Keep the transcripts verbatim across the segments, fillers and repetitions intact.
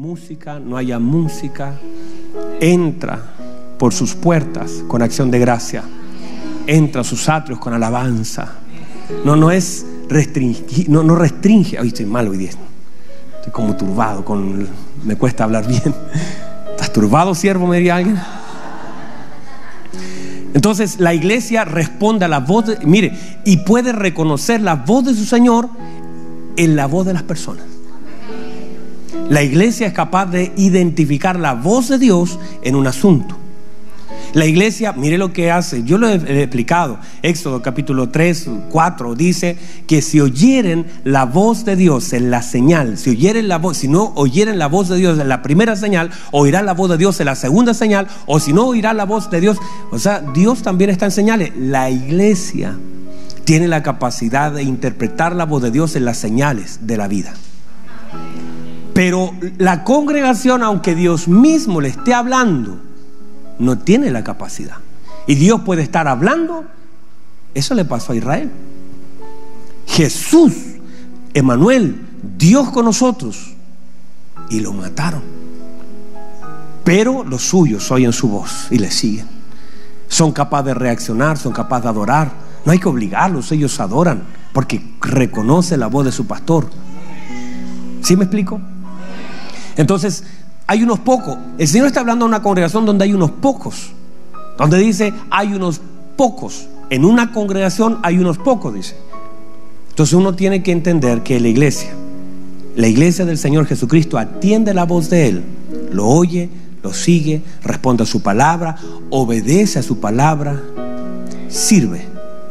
música, no haya música, entra por sus puertas con acción de gracia, entra a sus atrios con alabanza. No, no es restringir, no, no restringe. Ay, estoy mal hoy día, estoy como turbado, con, me cuesta hablar bien. ¿Estás turbado, siervo? Me diría alguien. Entonces la iglesia responde a la voz de, mire, y puede reconocer la voz de su Señor en la voz de las personas. La iglesia es capaz de identificar la voz de Dios en un asunto. La iglesia, mire lo que hace, yo lo he, he explicado. Éxodo capítulo tres, cuatro dice que si oyeren la voz de Dios en la señal, si oyeren la voz, si no oyeren la voz de Dios en la primera señal, oirán la voz de Dios en la segunda señal, o si no oirán la voz de Dios. O sea, Dios también está en señales. La iglesia tiene la capacidad de interpretar la voz de Dios en las señales de la vida. Pero la congregación, aunque Dios mismo le esté hablando, no tiene la capacidad. Y Dios puede estar hablando. Eso le pasó a Israel. Jesús, Emmanuel, Dios con nosotros, y lo mataron. Pero los suyos oyen su voz y le siguen. Son capaces de reaccionar, son capaces de adorar. No hay que obligarlos, ellos adoran porque reconocen la voz de su pastor. ¿Sí me explico? Entonces hay unos pocos. El Señor está hablando a una congregación donde hay unos pocos, donde dice hay unos pocos. En una congregación hay unos pocos, dice. Entonces uno tiene que entender que la iglesia, la iglesia del Señor Jesucristo, atiende la voz de Él, lo oye, lo sigue, responde a su palabra, obedece a su palabra, sirve,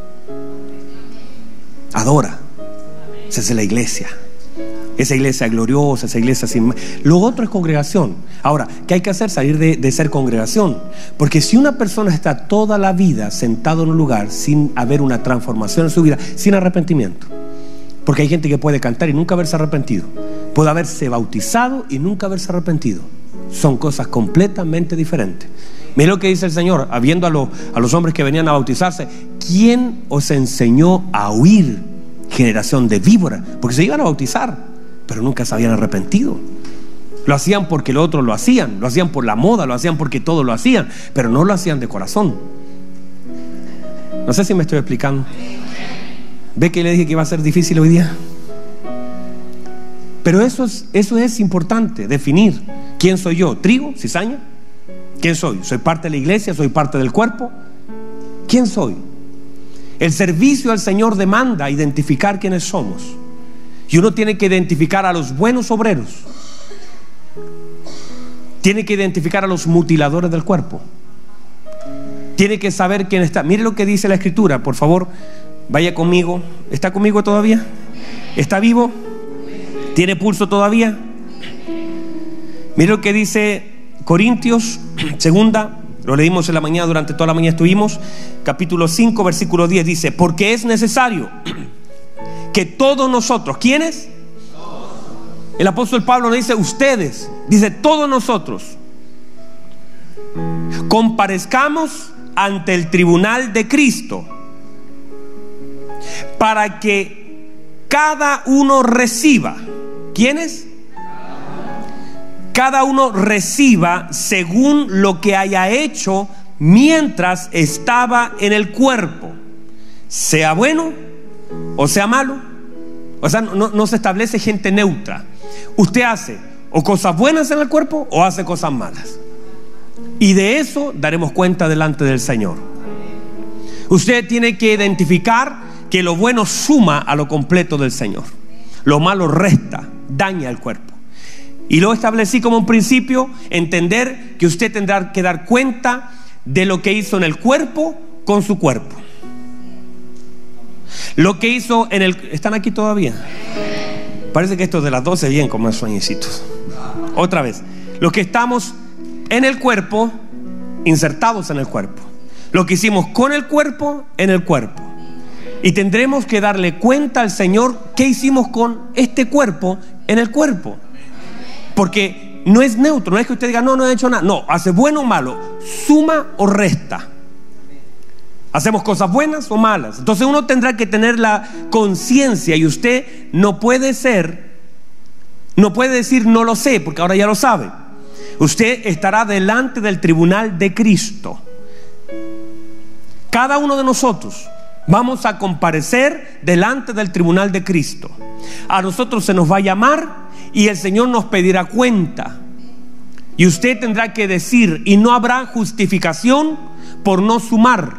adora. Esa es la iglesia. Esa iglesia gloriosa, esa iglesia sin... Lo otro es congregación. Ahora, ¿qué hay que hacer? Salir de, de ser congregación. Porque si una persona está toda la vida sentado en un lugar sin haber una transformación en su vida, sin arrepentimiento, porque hay gente que puede cantar y nunca haberse arrepentido, puede haberse bautizado y nunca haberse arrepentido. Son cosas completamente diferentes. Mira lo que dice el Señor, habiendo a, lo, a los hombres que venían a bautizarse: ¿quién os enseñó a huir, generación de víbora? Porque se iban a bautizar, pero nunca se habían arrepentido. Lo hacían porque los otros lo hacían, lo hacían por la moda, lo hacían porque todos lo hacían, pero no lo hacían de corazón. No sé si me estoy explicando. ¿Ve que le dije que iba a ser difícil hoy día? Pero eso es, eso es importante, definir. ¿Quién soy yo? ¿Trigo? ¿Cizaña? ¿Quién soy? ¿Soy parte de la iglesia? ¿Soy parte del cuerpo? ¿Quién soy? El servicio al Señor demanda identificar quiénes somos. Y uno tiene que identificar a los buenos obreros. Tiene que identificar a los mutiladores del cuerpo. Tiene que saber quién está. Mire lo que dice la Escritura, por favor, vaya conmigo. ¿Está conmigo todavía? ¿Está vivo? ¿Tiene pulso todavía? Mire lo que dice Corintios, segunda, lo leímos en la mañana, durante toda la mañana estuvimos, capítulo cinco, versículo diez, dice: porque es necesario que todos nosotros, ¿quiénes? El apóstol Pablo no dice ustedes, dice todos nosotros, comparezcamos ante el tribunal de Cristo, para que cada uno reciba, ¿quiénes? Cada uno reciba según lo que haya hecho mientras estaba en el cuerpo, sea bueno o sea malo. O sea, no, no se establece gente neutra. Usted hace o cosas buenas en el cuerpo o hace cosas malas, y de eso daremos cuenta delante del Señor. Usted tiene que identificar que lo bueno suma a lo completo del Señor, lo malo resta, daña el cuerpo. Y lo establecí como un principio: entender que usted tendrá que dar cuenta de lo que hizo en el cuerpo con su cuerpo. Lo que hizo en el... ¿Están aquí todavía? Parece que estos de las doce bien con más sueñecitos. Otra vez, los que estamos en el cuerpo, insertados en el cuerpo, lo que hicimos con el cuerpo, en el cuerpo. Y tendremos que darle cuenta al Señor qué hicimos con este cuerpo en el cuerpo. Porque no es neutro, no es que usted diga no, no he hecho nada. No, hace bueno o malo, suma o resta. Hacemos cosas buenas o malas. Entonces uno tendrá que tener la conciencia, y usted no puede ser No puede decir no lo sé, porque ahora ya lo sabe. Usted estará delante del tribunal de Cristo. Cada uno de nosotros vamos a comparecer delante del tribunal de Cristo. A nosotros se nos va a llamar y el Señor nos pedirá cuenta. Y usted tendrá que decir, y no habrá justificación por no sumar.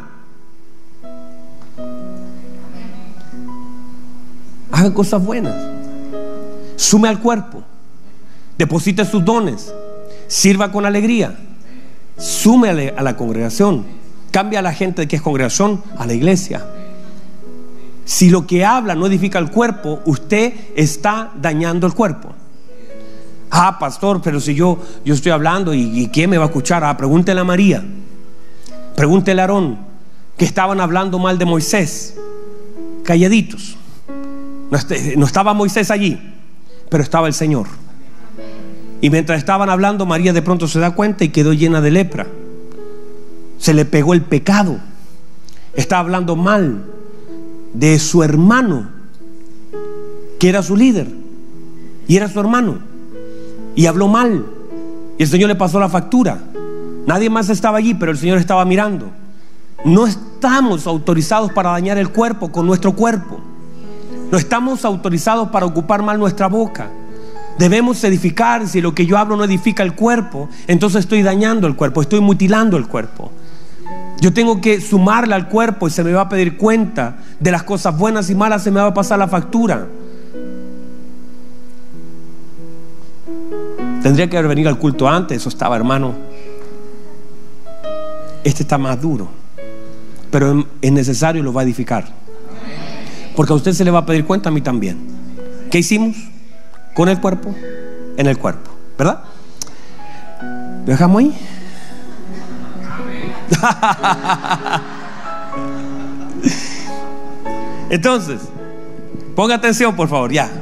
Haga cosas buenas, sume al cuerpo, deposite sus dones, sirva con alegría, sume a la, a la congregación, cambia a la gente que es congregación a la iglesia. Si lo que habla no edifica el cuerpo, usted está dañando el cuerpo. Ah, pastor, pero si yo, yo estoy hablando, ¿y, y quién me va a escuchar? Ah, pregúntele a María, pregúntele a Aarón, que estaban hablando mal de Moisés, calladitos. No, no estaba Moisés allí, pero estaba el Señor. Y mientras estaban hablando, María de pronto se da cuenta y quedó llena de lepra. Se le pegó el pecado. Estaba hablando mal de su hermano, que era su líder, y era su hermano, y habló mal, y el Señor le pasó la factura. Nadie más estaba allí, pero el Señor estaba mirando. No estamos autorizados para dañar el cuerpo con nuestro cuerpo. No estamos autorizados para ocupar mal nuestra boca. Debemos edificar. Si lo que yo hablo no edifica el cuerpo, entonces estoy dañando el cuerpo, estoy mutilando el cuerpo. Yo tengo que sumarle al cuerpo y se me va a pedir cuenta de las cosas buenas y malas, se me va a pasar la factura. Tendría que haber venido al culto antes, eso estaba, hermano. Este está más duro, pero es necesario, lo va a edificar. Porque a usted se le va a pedir cuenta, a mí también. ¿Qué hicimos con el cuerpo? En el cuerpo, ¿verdad? ¿Lo dejamos ahí? Entonces, ponga atención, por favor, ya.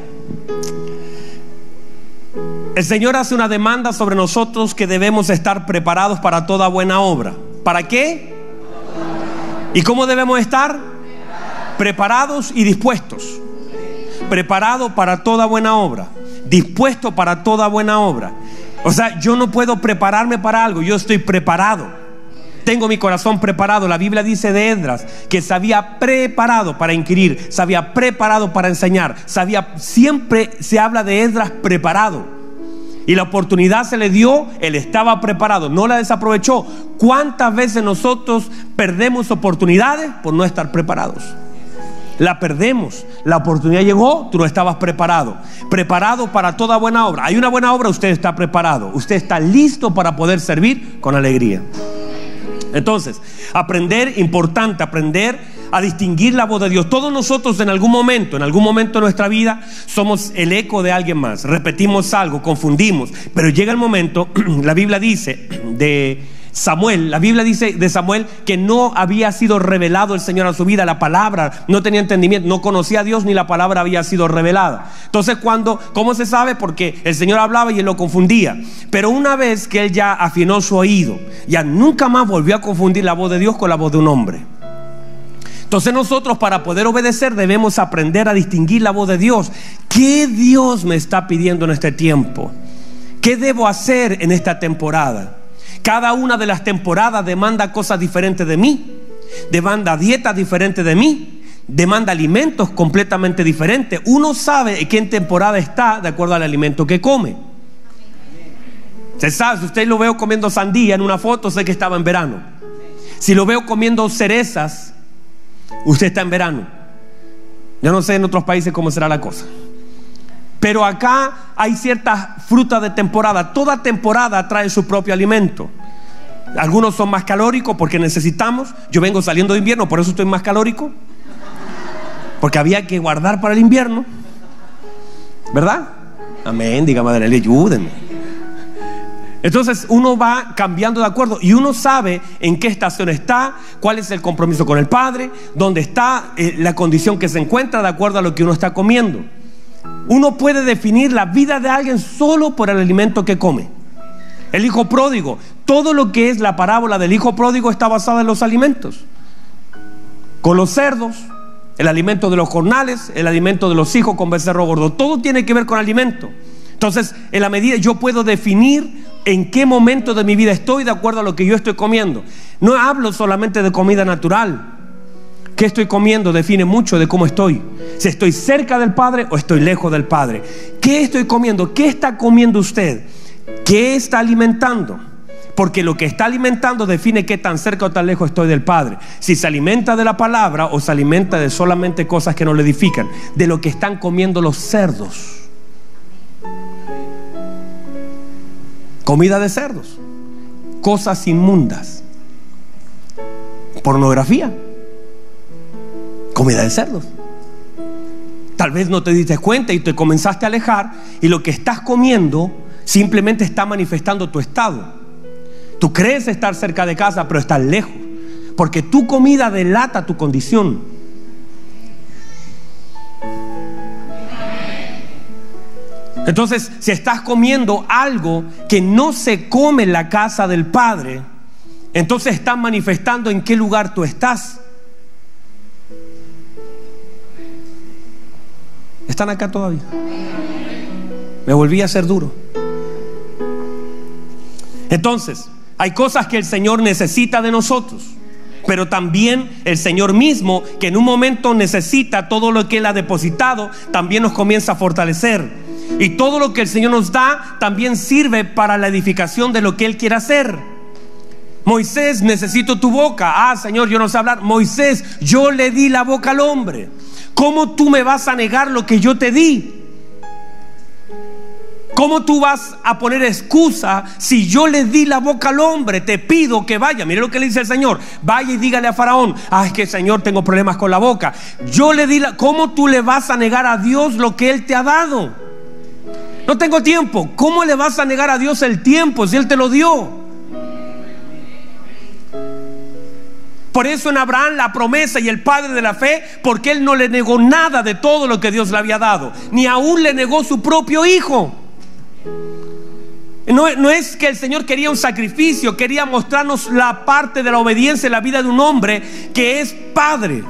El Señor hace una demanda sobre nosotros que debemos estar preparados para toda buena obra. ¿Para qué? ¿Y cómo debemos estar? Preparados y dispuestos. Preparado para toda buena obra, dispuesto para toda buena obra. O sea, yo no puedo prepararme para algo, yo estoy preparado. Tengo mi corazón preparado. La Biblia dice de Esdras que se había preparado para inquirir, se había preparado para enseñar, se había, siempre se habla de Esdras preparado. Y la oportunidad se le dio, él estaba preparado, no la desaprovechó. ¿Cuántas veces nosotros perdemos oportunidades por no estar preparados? La perdemos, la oportunidad llegó, tú no estabas preparado. Preparado para toda buena obra. Hay una buena obra, usted está preparado, usted está listo para poder servir con alegría. Entonces, aprender, importante aprender a distinguir la voz de Dios. Todos nosotros en algún momento, en algún momento de nuestra vida, somos el eco de alguien más. Repetimos algo, confundimos, pero llega el momento, la Biblia dice de Samuel, la Biblia dice de Samuel que no había sido revelado el Señor a su vida, la palabra, no tenía entendimiento, no conocía a Dios, ni la palabra había sido revelada. Entonces, cuando, ¿cómo se sabe? Porque el Señor hablaba y él lo confundía. Pero una vez que él ya afinó su oído, ya nunca más volvió a confundir la voz de Dios con la voz de un hombre. Entonces nosotros, para poder obedecer, debemos aprender a distinguir la voz de Dios. ¿Qué Dios me está pidiendo en este tiempo? ¿Qué debo hacer en esta temporada? Cada una de las temporadas demanda cosas diferentes de mí, demanda dietas diferentes de mí, demanda alimentos completamente diferentes. Uno sabe en qué temporada está de acuerdo al alimento que come. Usted sabe, si usted lo veo comiendo sandía en una foto, sé que estaba en verano. Si lo veo comiendo cerezas, usted está en verano. Yo no sé en otros países cómo será la cosa, pero acá hay ciertas frutas de temporada. Toda temporada trae su propio alimento. Algunos son más calóricos porque necesitamos. Yo vengo saliendo de invierno, por eso estoy más calórico, porque había que guardar para el invierno, ¿verdad? Amén, diga madre, ayúdenme. Entonces uno va cambiando de acuerdo y uno sabe en qué estación está, cuál es el compromiso con el Padre, dónde está eh, la condición que se encuentra de acuerdo a lo que uno está comiendo. Uno puede definir la vida de alguien solo por el alimento que come. El hijo pródigo, todo lo que es la parábola del hijo pródigo está basada en los alimentos. Con los cerdos, el alimento de los jornales, el alimento de los hijos con becerro gordo, todo tiene que ver con alimento. Entonces, en la medida yo puedo definir en qué momento de mi vida estoy de acuerdo a lo que yo estoy comiendo. No hablo solamente de comida natural. ¿Qué estoy comiendo? Define mucho de cómo estoy. Si estoy cerca del Padre o estoy lejos del Padre. ¿Qué estoy comiendo? ¿Qué está comiendo usted? ¿Qué está alimentando? Porque lo que está alimentando define qué tan cerca o tan lejos estoy del Padre. Si se alimenta de la palabra o se alimenta de solamente cosas que no le edifican. De lo que están comiendo los cerdos. Comida de cerdos. Cosas inmundas. Pornografía. Comida de cerdos. Tal vez no te diste cuenta y te comenzaste a alejar, y lo que estás comiendo simplemente está manifestando tu estado. Tú crees estar cerca de casa, pero estás lejos, porque tu comida delata tu condición. Entonces, si estás comiendo algo que no se come en la casa del Padre, entonces estás manifestando en qué lugar tú estás. ¿Están acá todavía? Me volví a ser duro. Entonces, hay cosas que el Señor necesita de nosotros, pero también el Señor mismo, que en un momento necesita todo lo que Él ha depositado, también nos comienza a fortalecer. Y todo lo que el Señor nos da también sirve para la edificación de lo que Él quiere hacer. Moisés, necesito tu boca. Ah, Señor, yo no sé hablar. Moisés, yo le di la boca al hombre. ¿Cómo tú me vas a negar lo que yo te di? ¿Cómo tú vas a poner excusa si yo le di la boca al hombre? Te pido que vaya. Mire lo que le dice el Señor. Vaya y dígale a Faraón: ah, es que Señor, tengo problemas con la boca. Yo le di la... ¿Cómo tú le vas a negar a Dios lo que Él te ha dado? No tengo tiempo. ¿Cómo le vas a negar a Dios el tiempo si Él te lo dio? Por eso en Abraham la promesa y el padre de la fe, porque él no le negó nada de todo lo que Dios le había dado, ni aún le negó su propio hijo. No, no es que el Señor quería un sacrificio, quería mostrarnos la parte de la obediencia en la vida de un hombre que es padre.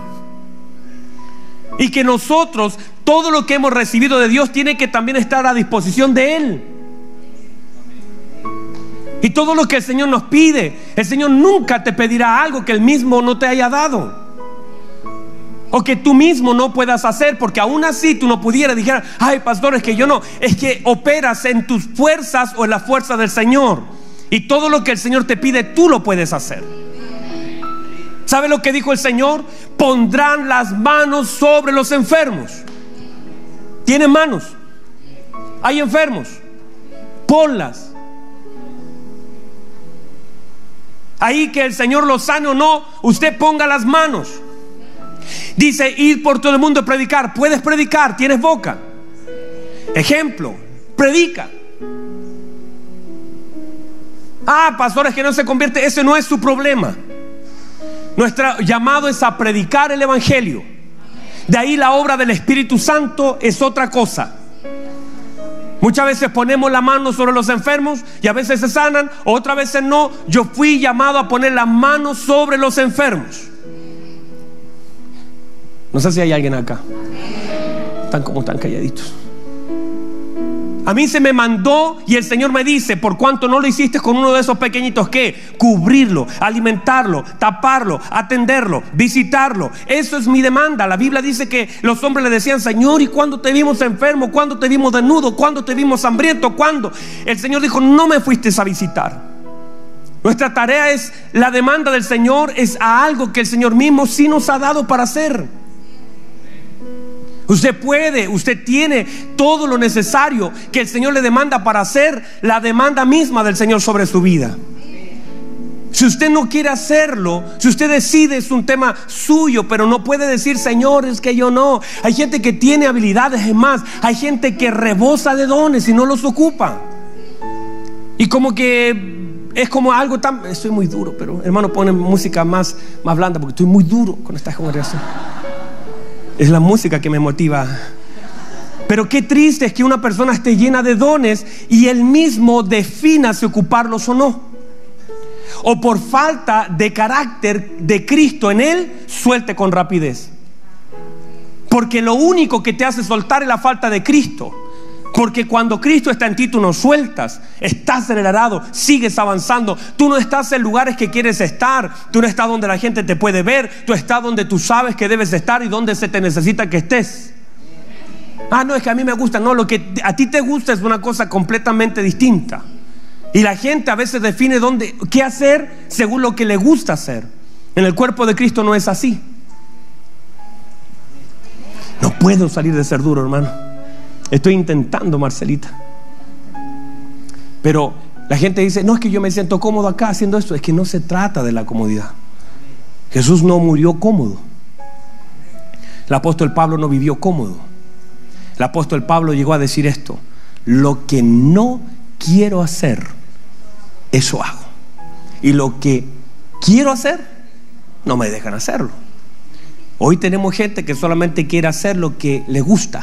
Y que nosotros, todo lo que hemos recibido de Dios tiene que también estar a disposición de Él. Y todo lo que el Señor nos pide, el Señor nunca te pedirá algo que Él mismo no te haya dado, o que tú mismo no puedas hacer, porque aún así tú no pudieras, dijeras: ay, pastor, es que yo no. Es que operas en tus fuerzas o en la fuerza del Señor, y todo lo que el Señor te pide tú lo puedes hacer. ¿Sabe lo que dijo el Señor? Pondrán las manos sobre los enfermos. ¿Tienen manos? ¿Hay enfermos? Ponlas. Ahí que el Señor los sane o no, usted ponga las manos. Dice: ir por todo el mundo a predicar. Puedes predicar, tienes boca. Ejemplo, predica. Ah, pastores, que no se convierte. Ese no es su problema. Nuestro llamado es a predicar el evangelio. De ahí la obra del Espíritu Santo es otra cosa. Muchas veces ponemos la mano sobre los enfermos y a veces se sanan, otras veces no. Yo fui llamado a poner la mano sobre los enfermos. No sé si hay alguien acá. Están como tan calladitos. A mí se me mandó y el Señor me dice: por cuanto no lo hiciste con uno de esos pequeñitos, ¿qué? Cubrirlo, alimentarlo, taparlo, atenderlo, visitarlo. Eso es mi demanda. La Biblia dice que los hombres le decían: Señor, ¿y cuándo te vimos enfermo? ¿Cuándo te vimos desnudo? ¿Cuándo te vimos hambriento? ¿Cuándo? El Señor dijo: no me fuiste a visitar. Nuestra tarea es, la demanda del Señor es a algo que el Señor mismo sí nos ha dado para hacer. Usted puede, usted tiene todo lo necesario que el Señor le demanda para hacer la demanda misma del Señor sobre su vida. Si usted no quiere hacerlo, si usted decide, es un tema suyo, pero no puede decir: Señor, es que yo no. Hay gente que tiene habilidades, es más, hay gente que rebosa de dones y no los ocupa. Y como que es como algo tan... Estoy muy duro, pero hermano, pone música más, más blanda, porque estoy muy duro con esta congregación. Es la música que me motiva. Pero qué triste es que una persona esté llena de dones y él mismo defina si ocuparlos o no. O por falta de carácter de Cristo en él, suelte con rapidez. Porque lo único que te hace soltar es la falta de Cristo. Porque cuando Cristo está en ti, tú no sueltas, estás acelerado, sigues avanzando. Tú no estás en lugares que quieres estar, tú no estás donde la gente te puede ver, tú estás donde tú sabes que debes estar y donde se te necesita que estés. Ah, no, es que a mí me gusta. No, lo que a ti te gusta es una cosa completamente distinta. Y la gente a veces define dónde, qué hacer según lo que le gusta hacer. En el cuerpo de Cristo no es así. No puedo salir de ser duro, hermano. Estoy intentando, Marcelita. Pero la gente dice, no, es que yo me siento cómodo acá haciendo esto. Es que no se trata de la comodidad. Jesús no murió cómodo. El apóstol Pablo no vivió cómodo. El apóstol Pablo llegó a decir esto: lo que no quiero hacer, eso hago. Y lo que quiero hacer, no me dejan hacerlo. Hoy tenemos gente que solamente quiere hacer lo que le gusta.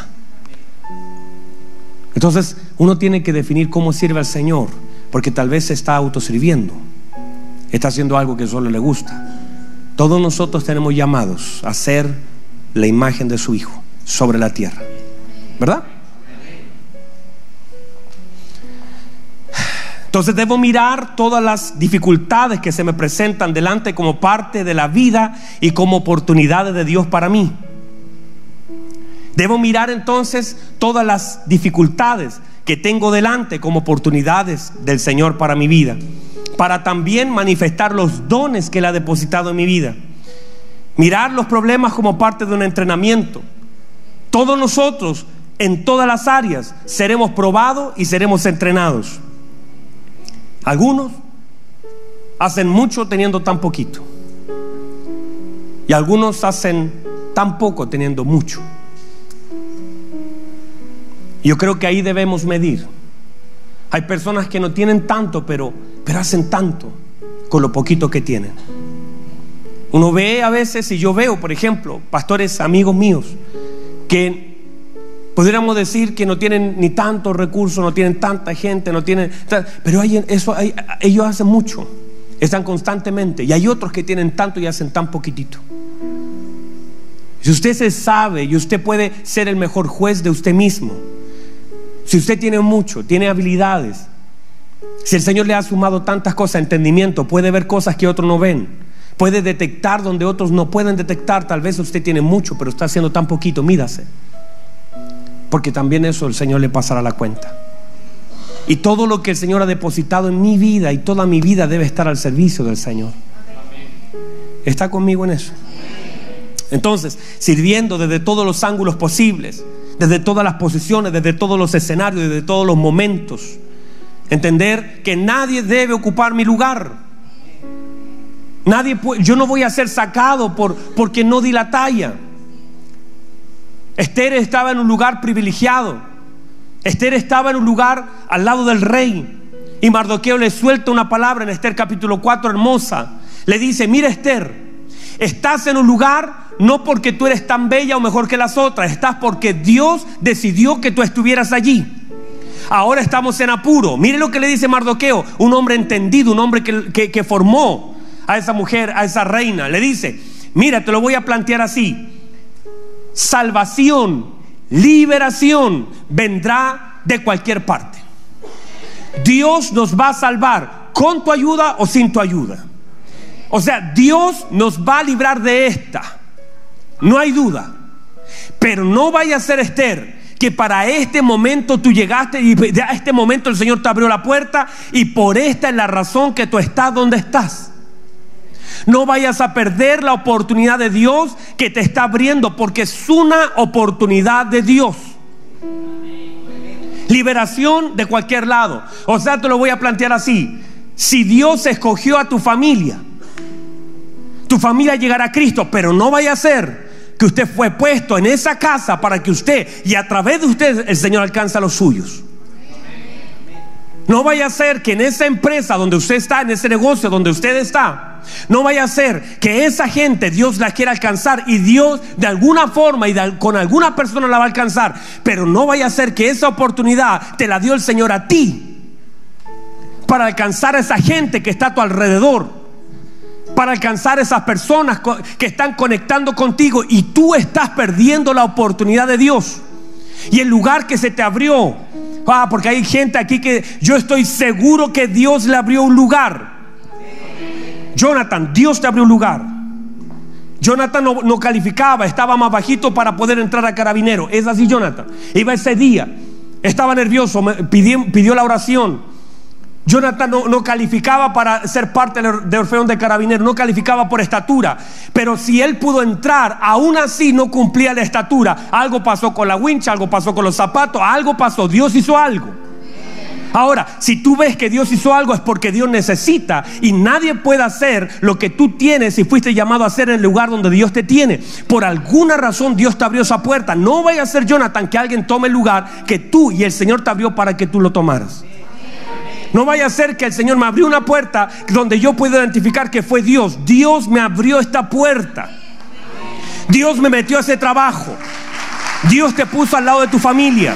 Entonces uno tiene que definir cómo sirve al Señor, porque tal vez se está autosirviendo, está haciendo algo que solo le gusta. Todos nosotros tenemos llamados a ser la imagen de su Hijo sobre la tierra, ¿verdad? Entonces debo mirar todas las dificultades que se me presentan delante como parte de la vida y como oportunidades de Dios para mí. Debo mirar entonces todas las dificultades que tengo delante como oportunidades del Señor para mi vida, para también manifestar los dones que Él ha depositado en mi vida. Mirar los problemas como parte de un entrenamiento. Todos nosotros, en todas las áreas, seremos probados y seremos entrenados. Algunos hacen mucho teniendo tan poquito, y algunos hacen tan poco teniendo mucho. Yo creo que ahí debemos medir. Hay personas que no tienen tanto, pero, pero hacen tanto con lo poquito que tienen. Uno ve a veces, y yo veo, por ejemplo, pastores amigos míos que pudiéramos decir que no tienen ni tantos recursos, no tienen tanta gente, no tienen, pero hay, eso, hay, ellos hacen mucho, están constantemente. Y hay otros que tienen tanto y hacen tan poquitito. Si usted se sabe, y usted puede ser el mejor juez de usted mismo. Si usted tiene mucho, tiene habilidades, si el Señor le ha sumado tantas cosas, entendimiento, puede ver cosas que otros no ven, puede detectar donde otros no pueden detectar. Tal vez usted tiene mucho, pero está haciendo tan poquito. Mídase, porque también eso el Señor le pasará la cuenta. Y todo lo que el Señor ha depositado en mi vida y toda mi vida debe estar al servicio del Señor. ¿Está conmigo en eso? Entonces, sirviendo desde todos los ángulos posibles, desde todas las posiciones, desde todos los escenarios, desde todos los momentos. Entender que nadie debe ocupar mi lugar. Nadie puede, yo no voy a ser sacado por, porque no di la talla. Esther estaba en un lugar privilegiado. Esther estaba en un lugar al lado del rey, y Mardoqueo le suelta una palabra en Esther capítulo cuatro hermosa. Le dice: mira, Esther, estás en un lugar no porque tú eres tan bella o mejor que las otras, estás porque Dios decidió que tú estuvieras allí. Ahora estamos en apuro. Mire lo que le dice Mardoqueo, un hombre entendido, un hombre que, que, que formó a esa mujer, a esa reina. Le dice: mira, te lo voy a plantear así: salvación, liberación vendrá de cualquier parte. Dios nos va a salvar con tu ayuda o sin tu ayuda. O sea, Dios nos va a librar de esta, no hay duda. Pero no vaya a ser, Esther, que para este momento tú llegaste y a este momento el Señor te abrió la puerta y por esta es la razón que tú estás donde estás. No vayas a perder la oportunidad de Dios que te está abriendo, porque es una oportunidad de Dios. Liberación de cualquier lado. O sea, te lo voy a plantear así: si Dios escogió a tu familia, tu familia llegará a Cristo, pero no vaya a ser que usted fue puesto en esa casa para que usted, y a través de usted, el Señor alcance a los suyos. No vaya a ser que en esa empresa donde usted está, en ese negocio donde usted está, no vaya a ser que esa gente Dios la quiera alcanzar, y Dios de alguna forma y de, con alguna persona la va a alcanzar, pero no vaya a ser que esa oportunidad te la dio el Señor a ti para alcanzar a esa gente que está a tu alrededor, para alcanzar a esas personas que están conectando contigo, y tú estás perdiendo la oportunidad de Dios. Y el lugar que se te abrió Ah, porque hay gente aquí que yo estoy seguro que Dios le abrió un lugar. Jonathan, Dios te abrió un lugar. Jonathan no, no calificaba, estaba más bajito para poder entrar a carabinero. Es así, Jonathan. Iba ese día, estaba nervioso, pidió, pidió la oración. Jonathan no, no calificaba para ser parte de Orfeón de Carabineros, no calificaba por estatura, pero si él pudo entrar, aún así no cumplía la estatura. Algo pasó con la wincha, algo pasó con los zapatos, algo pasó, Dios hizo algo. Ahora, si tú ves que Dios hizo algo, es porque Dios necesita, y nadie puede hacer lo que tú tienes y fuiste llamado a hacer en el lugar donde Dios te tiene. Por alguna razón Dios te abrió esa puerta. No vaya a ser, Jonathan, que alguien tome el lugar que tú y el Señor te abrió para que tú lo tomaras. No vaya a ser que el Señor me abrió una puerta donde yo puedo identificar que fue Dios. Dios me abrió esta puerta. Dios me metió a ese trabajo. Dios te puso al lado de tu familia.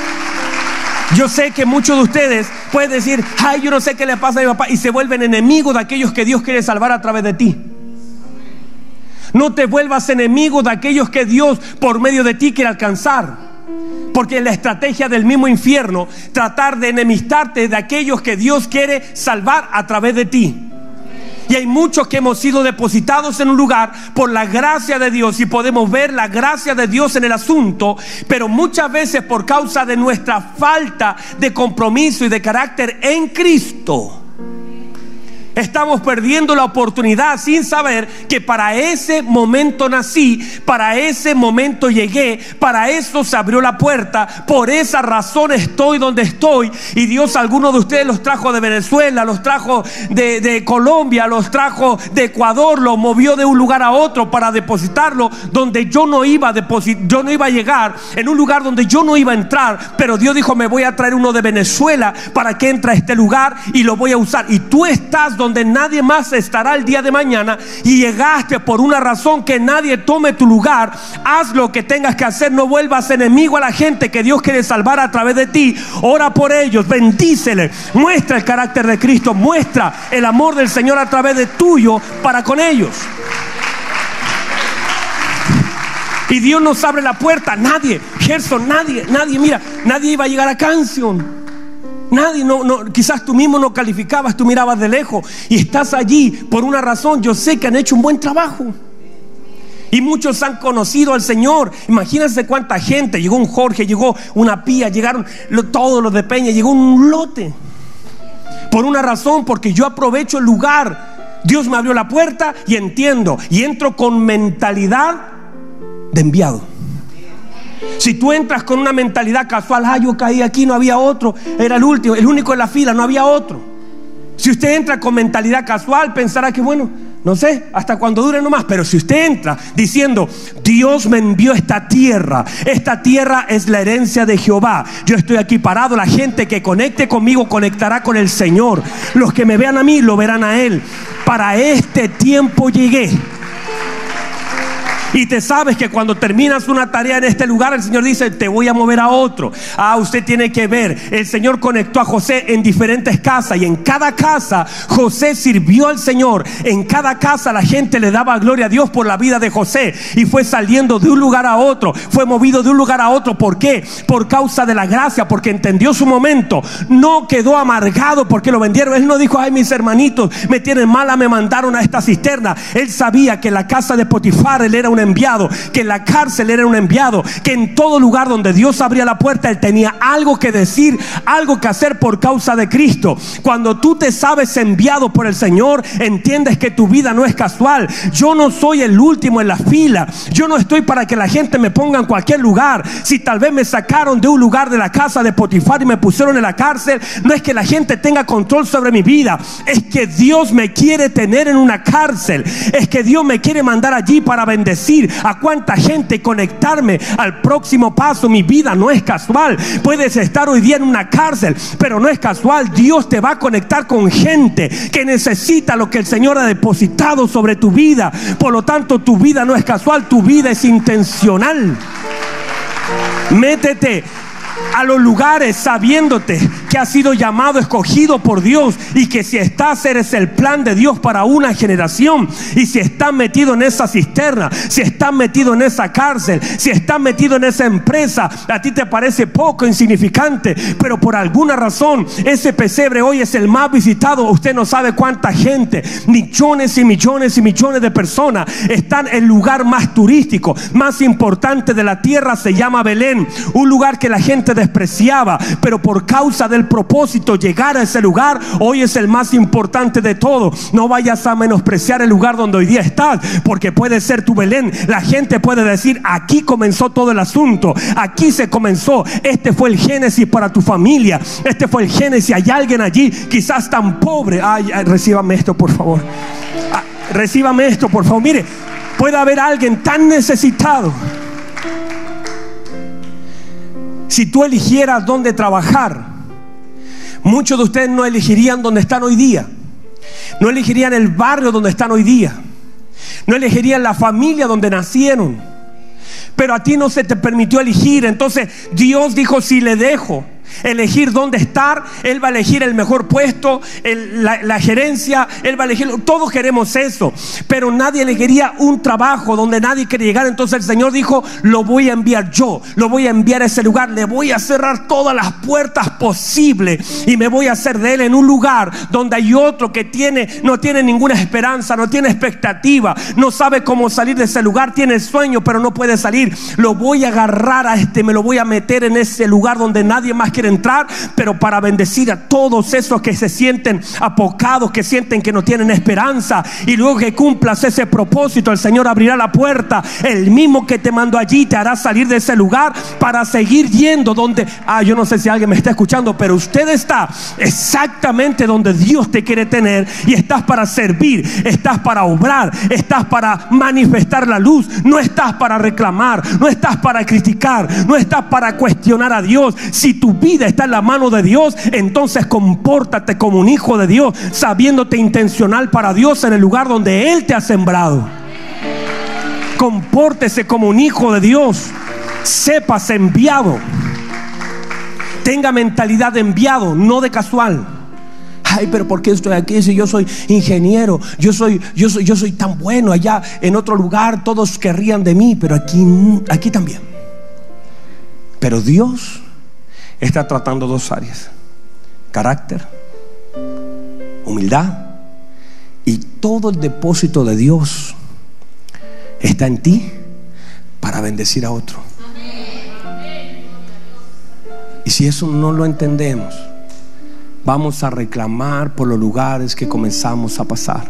Yo sé que muchos de ustedes pueden decir: ay, yo no sé qué le pasa a mi papá, y se vuelven enemigos de aquellos que Dios quiere salvar a través de ti. No te vuelvas enemigo de aquellos que Dios por medio de ti quiere alcanzar. Porque es la estrategia del mismo infierno tratar de enemistarte de aquellos que Dios quiere salvar a través de ti. Y hay muchos que hemos sido depositados en un lugar por la gracia de Dios, y podemos ver la gracia de Dios en el asunto, pero muchas veces por causa de nuestra falta de compromiso y de carácter en Cristo, estamos perdiendo la oportunidad sin saber que para ese momento nací, para ese momento llegué, para eso se abrió la puerta, por esa razón estoy donde estoy. Y Dios a algunos de ustedes los trajo de Venezuela, los trajo de, de Colombia, los trajo de Ecuador, los movió de un lugar a otro para depositarlo donde yo no iba a depositar, yo no iba a llegar, en un lugar donde yo no iba a entrar. Pero Dios dijo: me voy a traer uno de Venezuela para que entre a este lugar y lo voy a usar. Y tú estás donde nadie más estará el día de mañana, y llegaste por una razón que nadie tome tu lugar. Haz lo que tengas que hacer, no vuelvas enemigo a la gente que Dios quiere salvar a través de ti. Ora por ellos, bendíceles, muestra el carácter de Cristo, muestra el amor del Señor a través de tuyo para con ellos. Y Dios nos abre la puerta. Nadie, Gerson, nadie, nadie, mira, nadie iba a llegar a Canción. Nadie, no, no, quizás tú mismo no calificabas, tú mirabas de lejos y estás allí por una razón. Yo sé que han hecho un buen trabajo y muchos han conocido al Señor. Imagínense cuánta gente. Llegó un Jorge, llegó una Pía, llegaron lo, todos los de Peña, llegó un lote. Por una razón, porque yo aprovecho el lugar. Dios me abrió la puerta y entiendo, y entro con mentalidad de enviado. Si tú entras con una mentalidad casual: ah, yo caí aquí, no había otro, era el último, el único en la fila, no había otro. Si usted entra con mentalidad casual, pensará que bueno, no sé, hasta cuando dure nomás. Pero si usted entra diciendo: Dios me envió a esta tierra, esta tierra es la herencia de Jehová, yo estoy aquí parado, la gente que conecte conmigo conectará con el Señor, los que me vean a mí lo verán a Él. Para este tiempo llegué. Y te sabes que cuando terminas una tarea en este lugar, el Señor dice: te voy a mover a otro. Ah, usted tiene que ver, el Señor conectó a José en diferentes casas, y en cada casa José sirvió al Señor. En cada casa la gente le daba gloria a Dios por la vida de José, y fue saliendo de un lugar a otro, fue movido de un lugar a otro. ¿Por qué? Por causa de la gracia, porque entendió su momento. No quedó amargado porque lo vendieron. Él no dijo: ay, mis hermanitos me tienen mala, me mandaron a esta cisterna. Él sabía que en la casa de Potifar él era un enviado, que en la cárcel era un enviado, que en todo lugar donde Dios abría la puerta él tenía algo que decir, algo que hacer por causa de Cristo. Cuando tú te sabes enviado por el Señor, entiendes que tu vida no es casual. Yo no soy el último en la fila, yo no estoy para que la gente me ponga en cualquier lugar. Si tal vez me sacaron de un lugar de la casa de Potifar y me pusieron en la cárcel, no es que la gente tenga control sobre mi vida, es que Dios me quiere tener en una cárcel, es que Dios me quiere mandar allí para bendecir a cuánta gente, conectarme al próximo paso. Mi vida no es casual. Puedes estar hoy día en una cárcel, pero no es casual. Dios te va a conectar con gente que necesita lo que el Señor ha depositado sobre tu vida. Por lo tanto, tu vida no es casual, tu vida es intencional. Métete a los lugares sabiéndote que has sido llamado, escogido por Dios, y que si estás, eres el plan de Dios para una generación. Y si estás metido en esa cisterna, si estás metido en esa cárcel, si estás metido en esa empresa, a ti te parece poco, insignificante, pero por alguna razón ese pesebre hoy es el más visitado. Usted no sabe cuánta gente, millones y millones y millones de personas están en el lugar más turístico, más importante de la tierra. Se llama Belén, un lugar que la gente despreciaba, pero por causa del propósito llegar a ese lugar, hoy es el más importante de todo. No vayas a menospreciar el lugar donde hoy día estás, porque puede ser tu Belén. La gente puede decir: aquí comenzó todo el asunto, aquí se comenzó, este fue el génesis para tu familia, este fue el génesis. Hay alguien allí quizás tan pobre. Ay, ay, recíbame esto por favor, ah, recíbame esto por favor. Mire, puede haber alguien tan necesitado. Si tú eligieras dónde trabajar, muchos de ustedes no elegirían donde están hoy día, no elegirían el barrio donde están hoy día, no elegirían la familia donde nacieron, pero a ti no se te permitió elegir. Entonces Dios dijo: si le dejo elegir dónde estar, Él va a elegir el mejor puesto, el, la, la gerencia, Él va a elegir. Todos queremos eso, pero nadie elegiría un trabajo donde nadie quiere llegar. Entonces el Señor dijo: lo voy a enviar yo, lo voy a enviar a ese lugar, le voy a cerrar todas las puertas posibles y me voy a hacer de él en un lugar donde hay otro que tiene, no tiene ninguna esperanza, no tiene expectativa, no sabe cómo salir de ese lugar, tiene sueño pero no puede salir. Lo voy a agarrar a este, me lo voy a meter en ese lugar donde nadie más quiere entrar, pero para bendecir a todos esos que se sienten apocados, que sienten que no tienen esperanza. Y luego que cumplas ese propósito, el Señor abrirá la puerta. El mismo que te mandó allí te hará salir de ese lugar para seguir yendo donde, ah, yo no sé si alguien me está escuchando, pero usted está exactamente donde Dios te quiere tener. Y estás para servir, estás para obrar, estás para manifestar la luz. No estás para reclamar, no estás para criticar, no estás para cuestionar a Dios. Si tu vida está en la mano de Dios, entonces compórtate como un hijo de Dios, sabiéndote intencional para Dios en el lugar donde Él te ha sembrado. Compórtese como un hijo de Dios, sépase enviado, tenga mentalidad de enviado, no de casual. Ay, pero ¿por qué estoy aquí si yo soy ingeniero? Yo soy, yo soy, yo soy tan bueno. Allá en otro lugar todos querrían de mí, pero aquí, aquí también. Pero Dios está tratando dos áreas: carácter, humildad. Y todo el depósito de Dios está en ti para bendecir a otro. Y si eso no lo entendemos, vamos a reclamar por los lugares que comenzamos a pasar.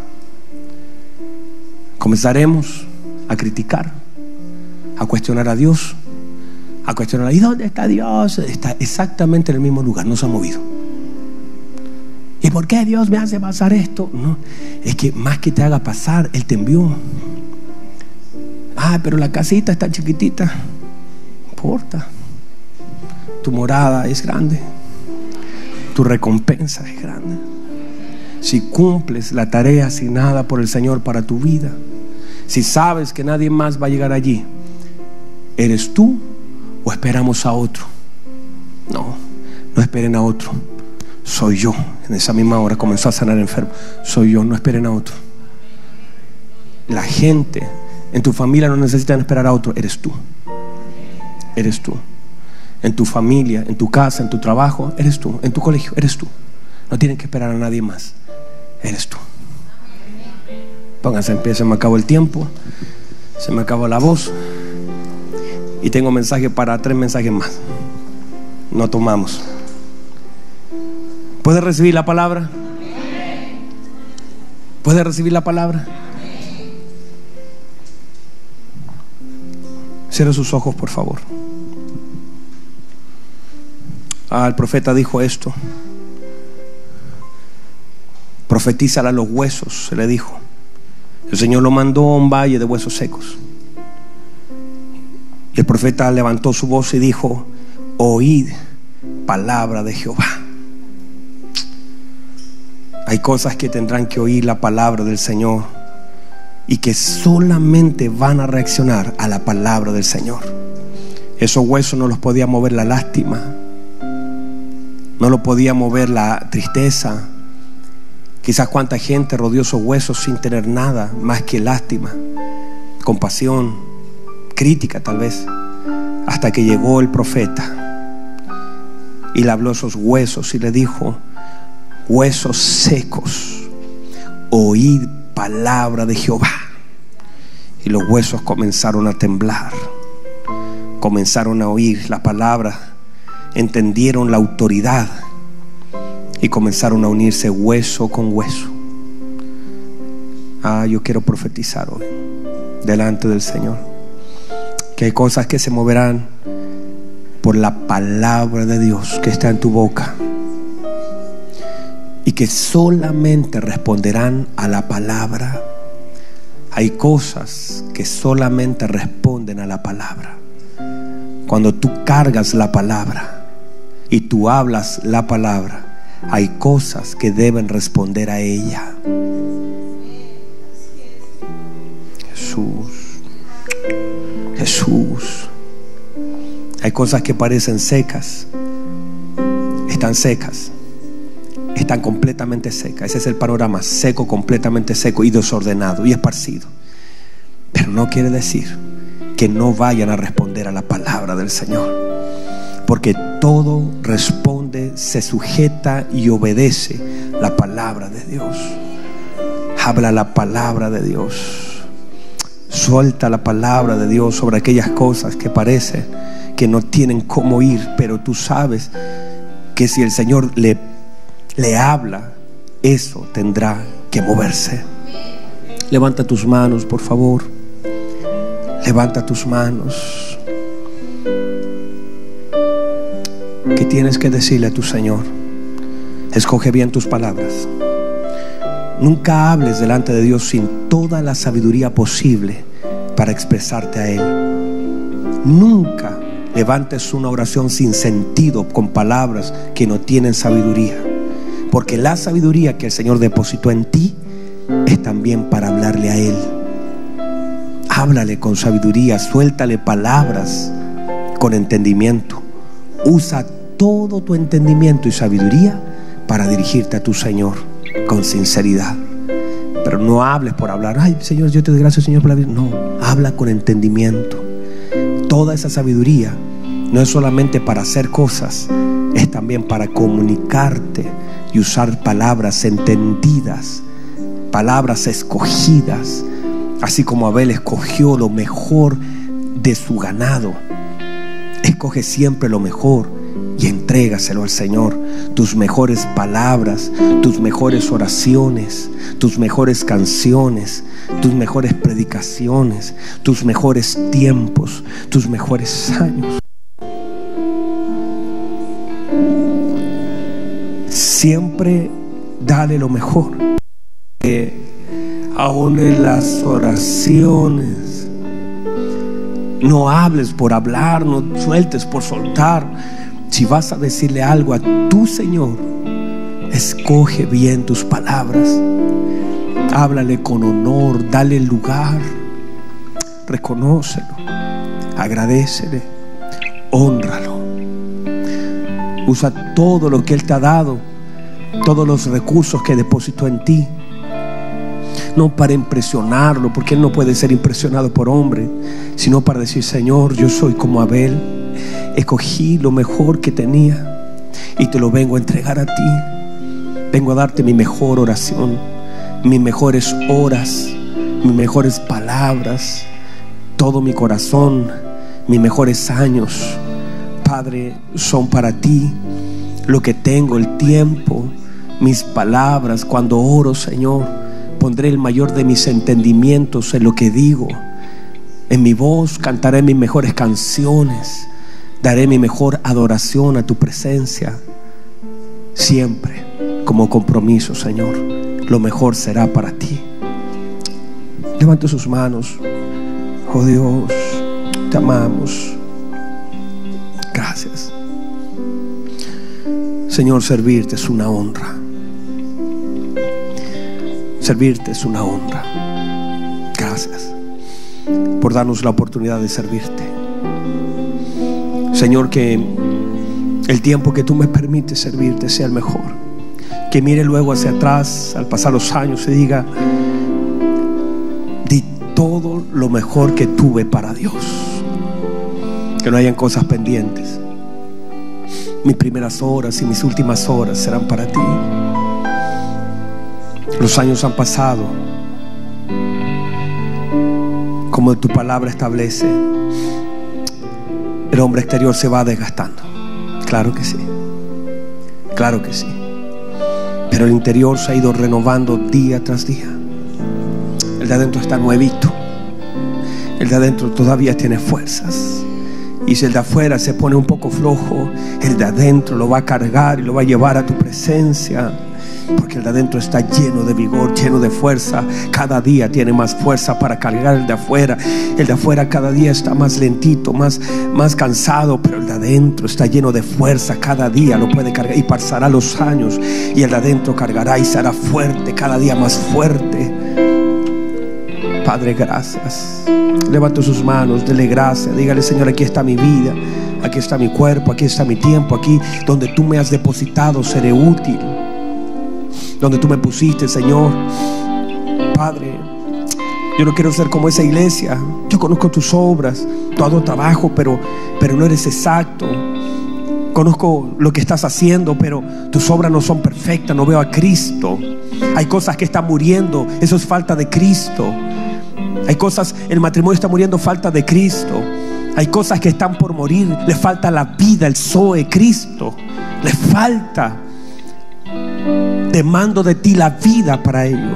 Comenzaremos a criticar, a cuestionar a Dios, a cuestionar: ¿y dónde está Dios? Está exactamente en el mismo lugar, no se ha movido. ¿Y por qué Dios me hace pasar esto? No, es que más que te haga pasar, Él te envió. Ah, pero la casita está chiquitita. No importa, tu morada es grande, tu recompensa es grande. Si cumples la tarea asignada por el Señor para tu vida, si sabes que nadie más va a llegar allí, ¿eres tú o esperamos a otro? No, no esperen a otro. Soy yo. En esa misma hora comenzó a sanar enfermo. Soy yo, no esperen a otro. La gente en tu familia no necesitan esperar a otro. Eres tú. Eres tú. En tu familia, en tu casa, en tu trabajo, eres tú. En tu colegio, eres tú. No tienen que esperar a nadie más. Eres tú. Pónganse en pie, se me acabó el tiempo, se me acabó la voz. Y tengo mensaje para tres mensajes más. No tomamos. ¿Puede recibir la palabra? ¿Puede recibir la palabra? Cierre sus ojos, por favor. Ah, el profeta dijo esto: profetízale a los huesos, se le dijo. El Señor lo mandó a un valle de huesos secos. Y el profeta levantó su voz y dijo: oíd palabra de Jehová. Hay cosas que tendrán que oír la palabra del Señor y que solamente van a reaccionar a la palabra del Señor. Esos huesos no los podía mover la lástima, No lo podía mover la tristeza. Quizás cuánta gente rodeó esos huesos sin tener nada más que lástima, compasión, crítica tal vez, hasta que llegó el profeta y le habló a esos huesos y le dijo: huesos secos, oíd palabra de Jehová. Y los huesos comenzaron a temblar, comenzaron a oír la palabra, entendieron la autoridad y comenzaron a unirse hueso con hueso. Ah, yo quiero profetizar hoy delante del Señor que hay cosas que se moverán por la palabra de Dios que está en tu boca, y que solamente responderán a la palabra. Hay cosas que solamente responden a la palabra. Cuando tú cargas la palabra y tú hablas la palabra, hay cosas que deben responder a ella. Jesús, Jesús. Hay cosas que parecen secas, están secas, están completamente secas. Ese es el panorama: seco, completamente seco y desordenado y esparcido. Pero no quiere decir que no vayan a responder a la palabra del Señor, porque todo responde, se sujeta y obedece la palabra de Dios. Habla la palabra de Dios, suelta la palabra de Dios sobre aquellas cosas que parece que no tienen cómo ir, pero tú sabes que si el Señor le, le habla, eso tendrá que moverse. Levanta tus manos, por favor. Levanta tus manos. ¿Qué tienes que decirle a tu Señor? Escoge bien tus palabras. Nunca hables delante de Dios sin toda la sabiduría posible para expresarte a Él. Nunca levantes una oración sin sentido con palabras que no tienen sabiduría, porque la sabiduría que el Señor depositó en ti es también para hablarle a Él. Háblale con sabiduría, suéltale palabras con entendimiento. Usa todo tu entendimiento y sabiduría para dirigirte a tu Señor con sinceridad. Pero no hables por hablar. Ay, Señor, yo te doy gracias, Señor, por la vida. No, habla con entendimiento. Toda esa sabiduría no es solamente para hacer cosas, es también para comunicarte y usar palabras entendidas, palabras escogidas. Así como Abel escogió lo mejor de su ganado, escoge siempre lo mejor y entrégaselo al Señor. Tus mejores palabras, tus mejores oraciones, tus mejores canciones, tus mejores predicaciones, tus mejores tiempos, tus mejores años. Siempre dale lo mejor. Eh, aún en las oraciones, no hables por hablar, no sueltes por soltar. Si vas a decirle algo a tu Señor, escoge bien tus palabras. Háblale con honor, dale lugar, reconócelo, agradécele, hónralo. Usa todo lo que Él te ha dado, todos los recursos que depositó en ti, no para impresionarlo, porque Él no puede ser impresionado por hombre, sino para decir: Señor, yo soy como Abel, escogí lo mejor que tenía y te lo vengo a entregar a ti. Vengo a darte mi mejor oración, mis mejores horas, mis mejores palabras, todo mi corazón, mis mejores años, Padre, son para ti. Lo que tengo, el tiempo, mis palabras, cuando oro, Señor, pondré el mayor de mis entendimientos en lo que digo. En mi voz cantaré mis mejores canciones, daré mi mejor adoración a tu presencia. Siempre como compromiso, Señor, lo mejor será para ti. Levante sus manos. Oh Dios, te amamos. Gracias, Señor. Servirte es una honra. Servirte es una honra. Gracias por darnos la oportunidad de servirte, Señor. Que el tiempo que tú me permites servirte sea el mejor. Que mire luego hacia atrás al pasar los años y diga: di todo lo mejor que tuve para Dios. Que no hayan cosas pendientes. Mis primeras horas y mis últimas horas serán para ti. Los años han pasado, como tu palabra establece. El hombre exterior se va desgastando. Claro que sí, claro que sí. Pero el interior se ha ido renovando día tras día. El de adentro está nuevito. El de adentro todavía tiene fuerzas. Y si el de afuera se pone un poco flojo, el de adentro lo va a cargar y lo va a llevar a tu presencia. Porque el de adentro está lleno de vigor, lleno de fuerza. Cada día tiene más fuerza para cargar el de afuera. El de afuera cada día está más lentito, más, más cansado. Pero el de adentro está lleno de fuerza. Cada día lo puede cargar. Y pasará los años y el de adentro cargará y será fuerte, cada día más fuerte. Padre, gracias. Levante sus manos, dele gracias. Dígale: Señor, aquí está mi vida, aquí está mi cuerpo, aquí está mi tiempo. Aquí donde tú me has depositado seré útil. Donde tú me pusiste, Señor. Padre, yo no quiero ser como esa iglesia. Yo conozco tus obras, tu arduo trabajo, pero, pero no eres exacto. Conozco lo que estás haciendo, pero tus obras no son perfectas. No veo a Cristo. Hay cosas que están muriendo. Eso es falta de Cristo. Hay cosas, el matrimonio está muriendo, falta de Cristo. Hay cosas que están por morir, le falta la vida, el Zoe, Cristo. Le falta. Demando de ti la vida para ello.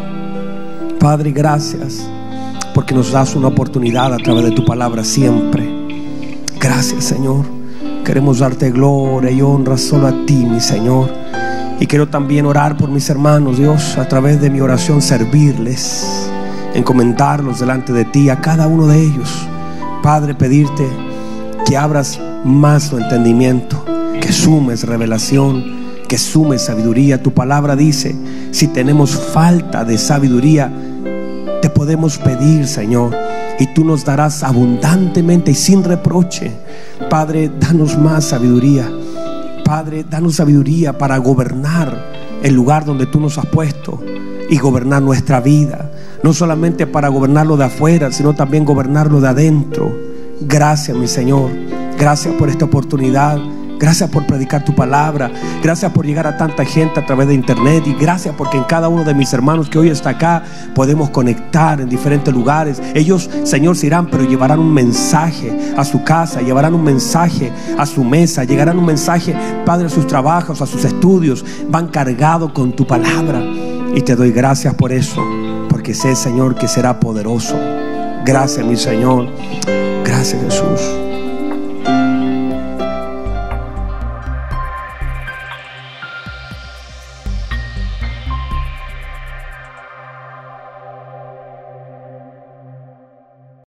Padre, gracias porque nos das una oportunidad a través de tu palabra siempre. Gracias, Señor. Queremos darte gloria y honra solo a ti, mi Señor. Y quiero también orar por mis hermanos, Dios, a través de mi oración servirles, encomendarlos delante de ti, a cada uno de ellos. Padre, pedirte que abras más su entendimiento, que sumes revelación, que sumes sabiduría. Tu palabra dice: si tenemos falta de sabiduría, te podemos pedir, Señor, y tú nos darás abundantemente y sin reproche. Padre, danos más sabiduría. Padre, danos sabiduría para gobernar el lugar donde tú nos has puesto y gobernar nuestra vida. No solamente para gobernarlo de afuera, sino también gobernarlo de adentro. Gracias, mi Señor. Gracias por esta oportunidad. Gracias por predicar tu palabra. Gracias por llegar a tanta gente a través de internet. Y gracias porque en cada uno de mis hermanos que hoy está acá podemos conectar en diferentes lugares. Ellos, Señor, se irán, pero llevarán un mensaje a su casa, llevarán un mensaje a su mesa, llegarán un mensaje, Padre, a sus trabajos, a sus estudios. Van cargados con tu palabra. Y te doy gracias por eso, porque sé, Señor, que será poderoso. Gracias, mi Señor. Gracias, Jesús.